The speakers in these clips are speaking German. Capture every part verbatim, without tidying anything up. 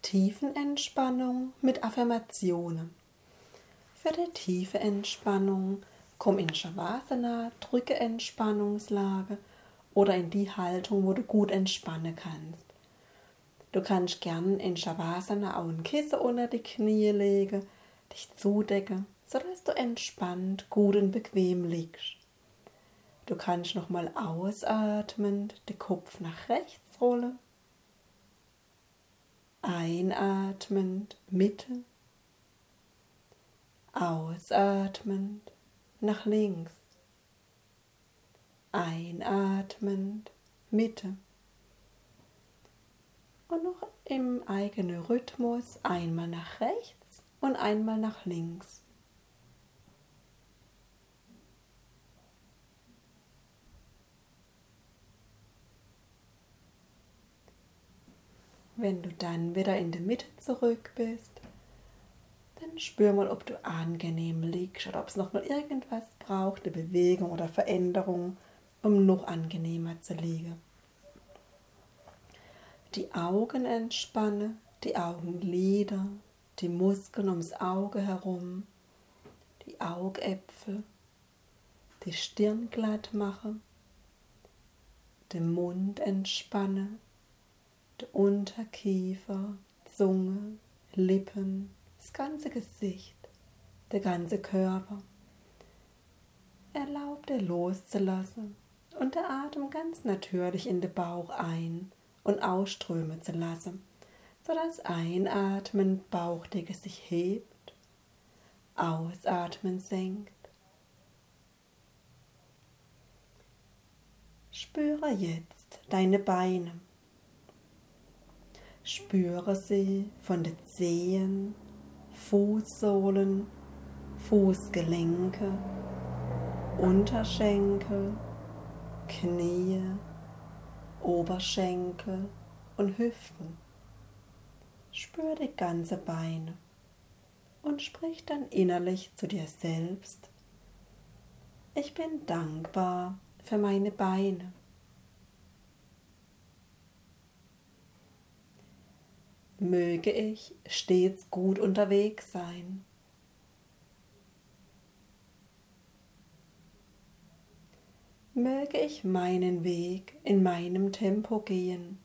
Tiefenentspannung mit Affirmationen. Für die tiefe Entspannung komm in Shavasana, drücke Entspannungslage oder in die Haltung, wo du gut entspannen kannst. Du kannst gern in Shavasana auch ein Kissen unter die Knie legen, dich zudecken, sodass du entspannt, gut und bequem liegst. Du kannst nochmal ausatmend den Kopf nach rechts rollen. Einatmend Mitte, ausatmend nach links, einatmend Mitte und noch im eigenen Rhythmus einmal nach rechts und einmal nach links. Wenn du dann wieder in der Mitte zurück bist, dann spür mal, ob du angenehm liegst oder ob es noch mal irgendwas braucht, eine Bewegung oder Veränderung, um noch angenehmer zu liegen. Die Augen entspannen, die Augenlider, die Muskeln ums Auge herum, die Augäpfel, die Stirn glatt machen, den Mund entspannen, der Unterkiefer, Zunge, Lippen, das ganze Gesicht, der ganze Körper. Erlaub dir loszulassen und der Atem ganz natürlich in den Bauch ein- und ausströmen zu lassen, sodass Einatmen Bauchdecke sich hebt, Ausatmen senkt. Spüre jetzt deine Beine. Spüre sie von den Zehen, Fußsohlen, Fußgelenke, Unterschenkel, Knie, Oberschenkel und Hüften. Spür die ganze Beine und sprich dann innerlich zu dir selbst. Ich bin dankbar für meine Beine. Möge ich stets gut unterwegs sein. Möge ich meinen Weg in meinem Tempo gehen.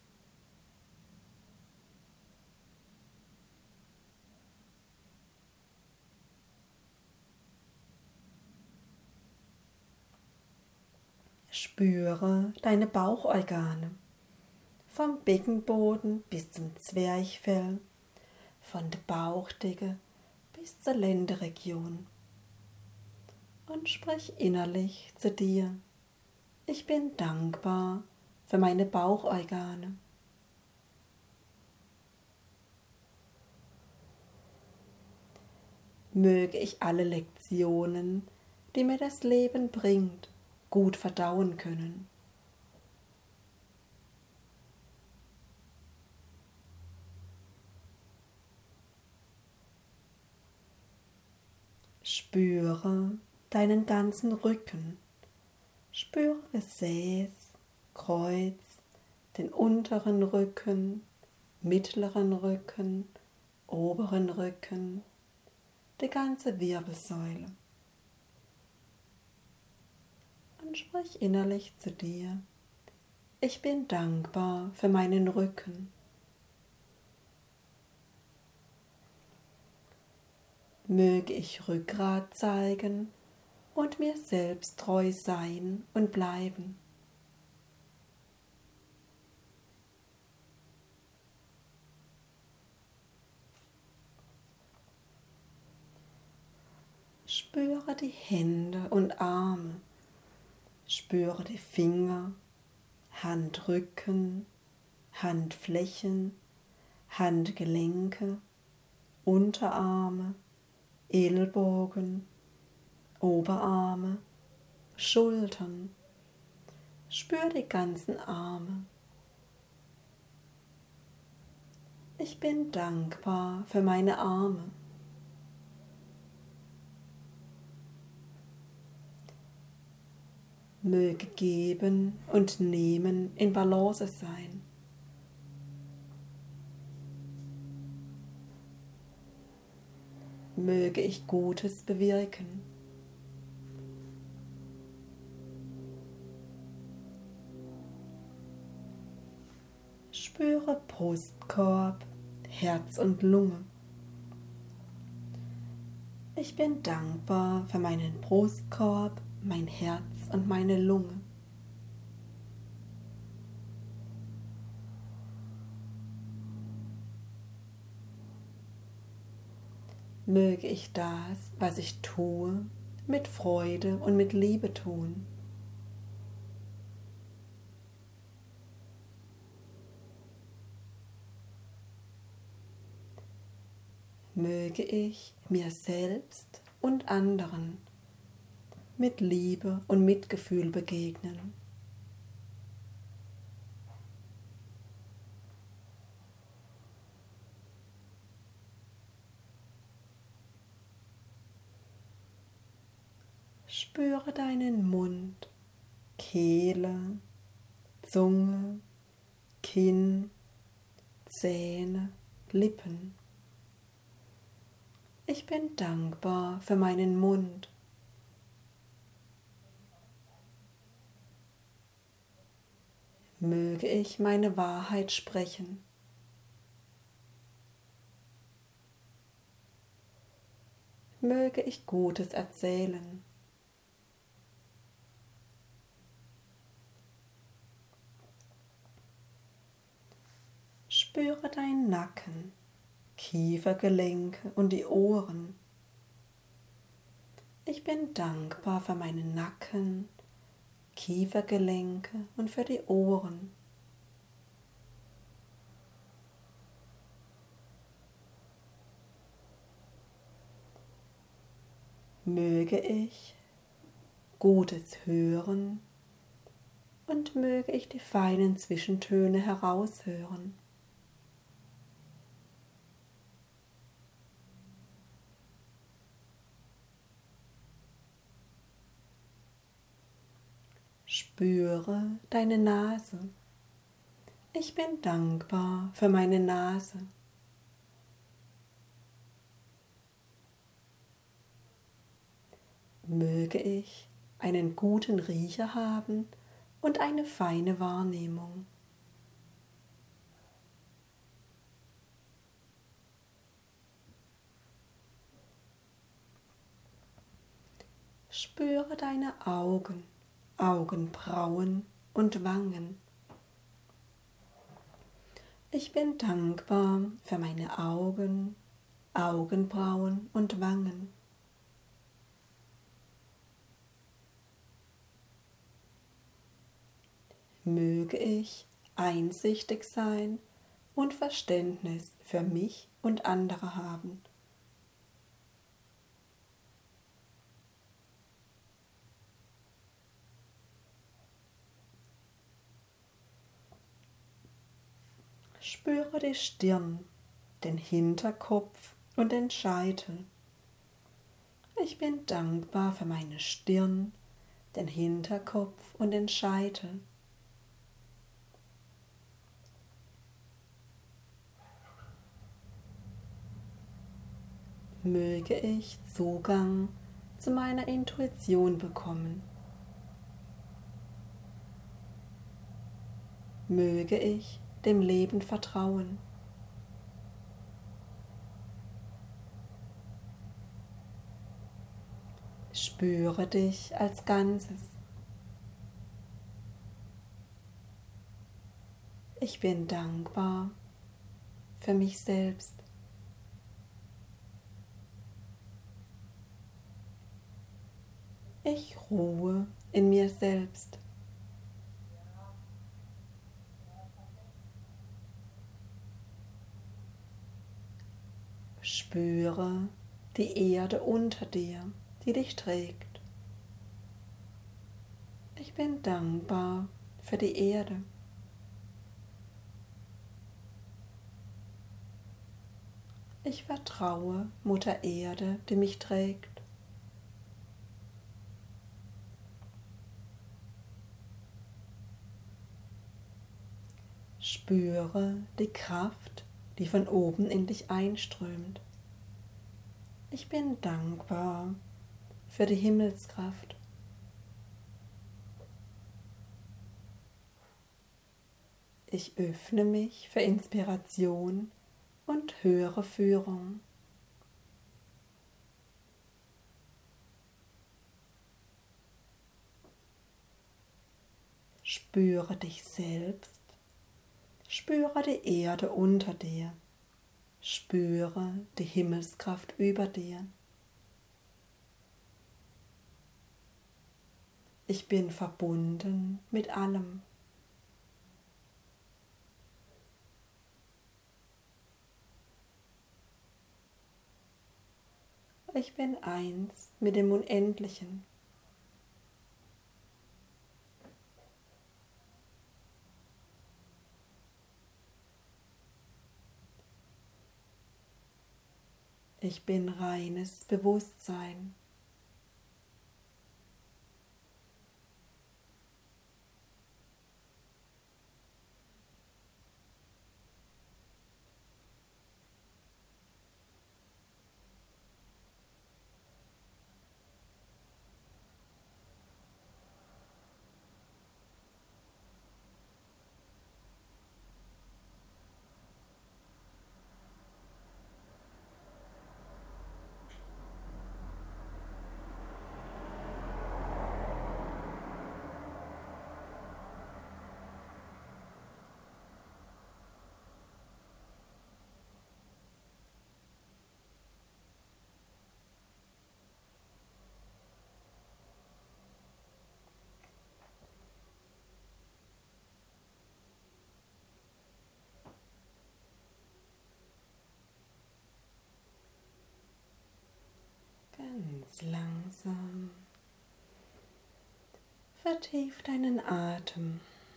Spüre deine Bauchorgane, vom Beckenboden bis zum Zwerchfell, von der Bauchdecke bis zur Lendenregion. Und sprich innerlich zu dir. Ich bin dankbar für meine Bauchorgane. Möge ich alle Lektionen, die mir das Leben bringt, gut verdauen können. Spüre deinen ganzen Rücken. Spüre Gesäß, Kreuz, den unteren Rücken, mittleren Rücken, oberen Rücken, die ganze Wirbelsäule. Und sprich innerlich zu dir. Ich bin dankbar für meinen Rücken. Möge ich Rückgrat zeigen und mir selbst treu sein und bleiben. Spüre die Hände und Arme, spüre die Finger, Handrücken, Handflächen, Handgelenke, Unterarme, Ellbogen, Oberarme, Schultern. Spür die ganzen Arme. Ich bin dankbar für meine Arme. Möge Geben und Nehmen in Balance sein. Möge ich Gutes bewirken. Spüre Brustkorb, Herz und Lunge. Ich bin dankbar für meinen Brustkorb, mein Herz und meine Lunge. Möge ich das, was ich tue, mit Freude und mit Liebe tun. Möge ich mir selbst und anderen mit Liebe und Mitgefühl begegnen. Spüre deinen Mund, Kehle, Zunge, Kinn, Zähne, Lippen. Ich bin dankbar für meinen Mund. Möge ich meine Wahrheit sprechen. Möge ich Gutes erzählen. Spüre deinen Nacken, Kiefergelenke und die Ohren. Ich bin dankbar für meinen Nacken, Kiefergelenke und für die Ohren. Möge ich Gutes hören und möge ich die feinen Zwischentöne heraushören. Spüre deine Nase. Ich bin dankbar für meine Nase. Möge ich einen guten Riecher haben und eine feine Wahrnehmung. Spüre deine Augen, Augenbrauen und Wangen. Ich bin dankbar für meine Augen, Augenbrauen und Wangen. Möge ich einsichtig sein und Verständnis für mich und andere haben. Spüre die Stirn, den Hinterkopf und den Scheitel. Ich bin dankbar für meine Stirn, den Hinterkopf und den Scheitel. Möge ich Zugang zu meiner Intuition bekommen. Möge ich dem Leben vertrauen. Spüre dich als Ganzes. Ich bin dankbar für mich selbst. Ich ruhe in mir selbst. Spüre die Erde unter dir, die dich trägt. Ich bin dankbar für die Erde. Ich vertraue Mutter Erde, die mich trägt. Spüre die Kraft, die von oben in dich einströmt. Ich bin dankbar für die Himmelskraft. Ich öffne mich für Inspiration und höhere Führung. Spüre dich selbst, spüre die Erde unter dir, spüre die Himmelskraft über dir. Ich bin verbunden mit allem. Ich bin eins mit dem Unendlichen. Ich bin reines Bewusstsein. Ganz langsam. Vertief deinen Atem.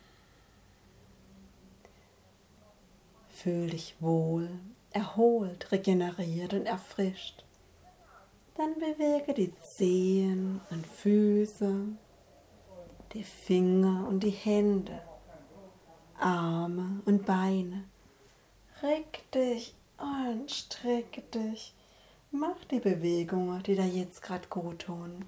Fühl dich wohl, erholt, regeneriert und erfrischt. Dann bewege die Zehen und Füße, die Finger und die Hände, Arme und Beine. Reck dich und streck dich. Mach die Bewegungen, die dir jetzt gerade gut tun.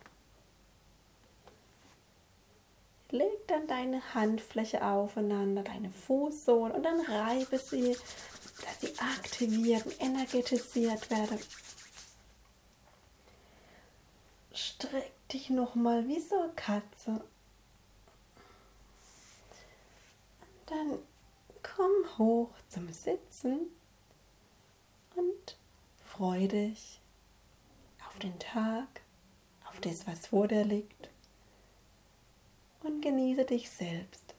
Leg dann deine Handfläche aufeinander, deine Fußsohlen und dann reibe sie, dass sie aktiviert und energetisiert werden. Streck dich nochmal wie so eine Katze. Und dann komm hoch zum Sitzen und freu dich auf den Tag, auf das, was vor dir liegt. Und genieße dich selbst.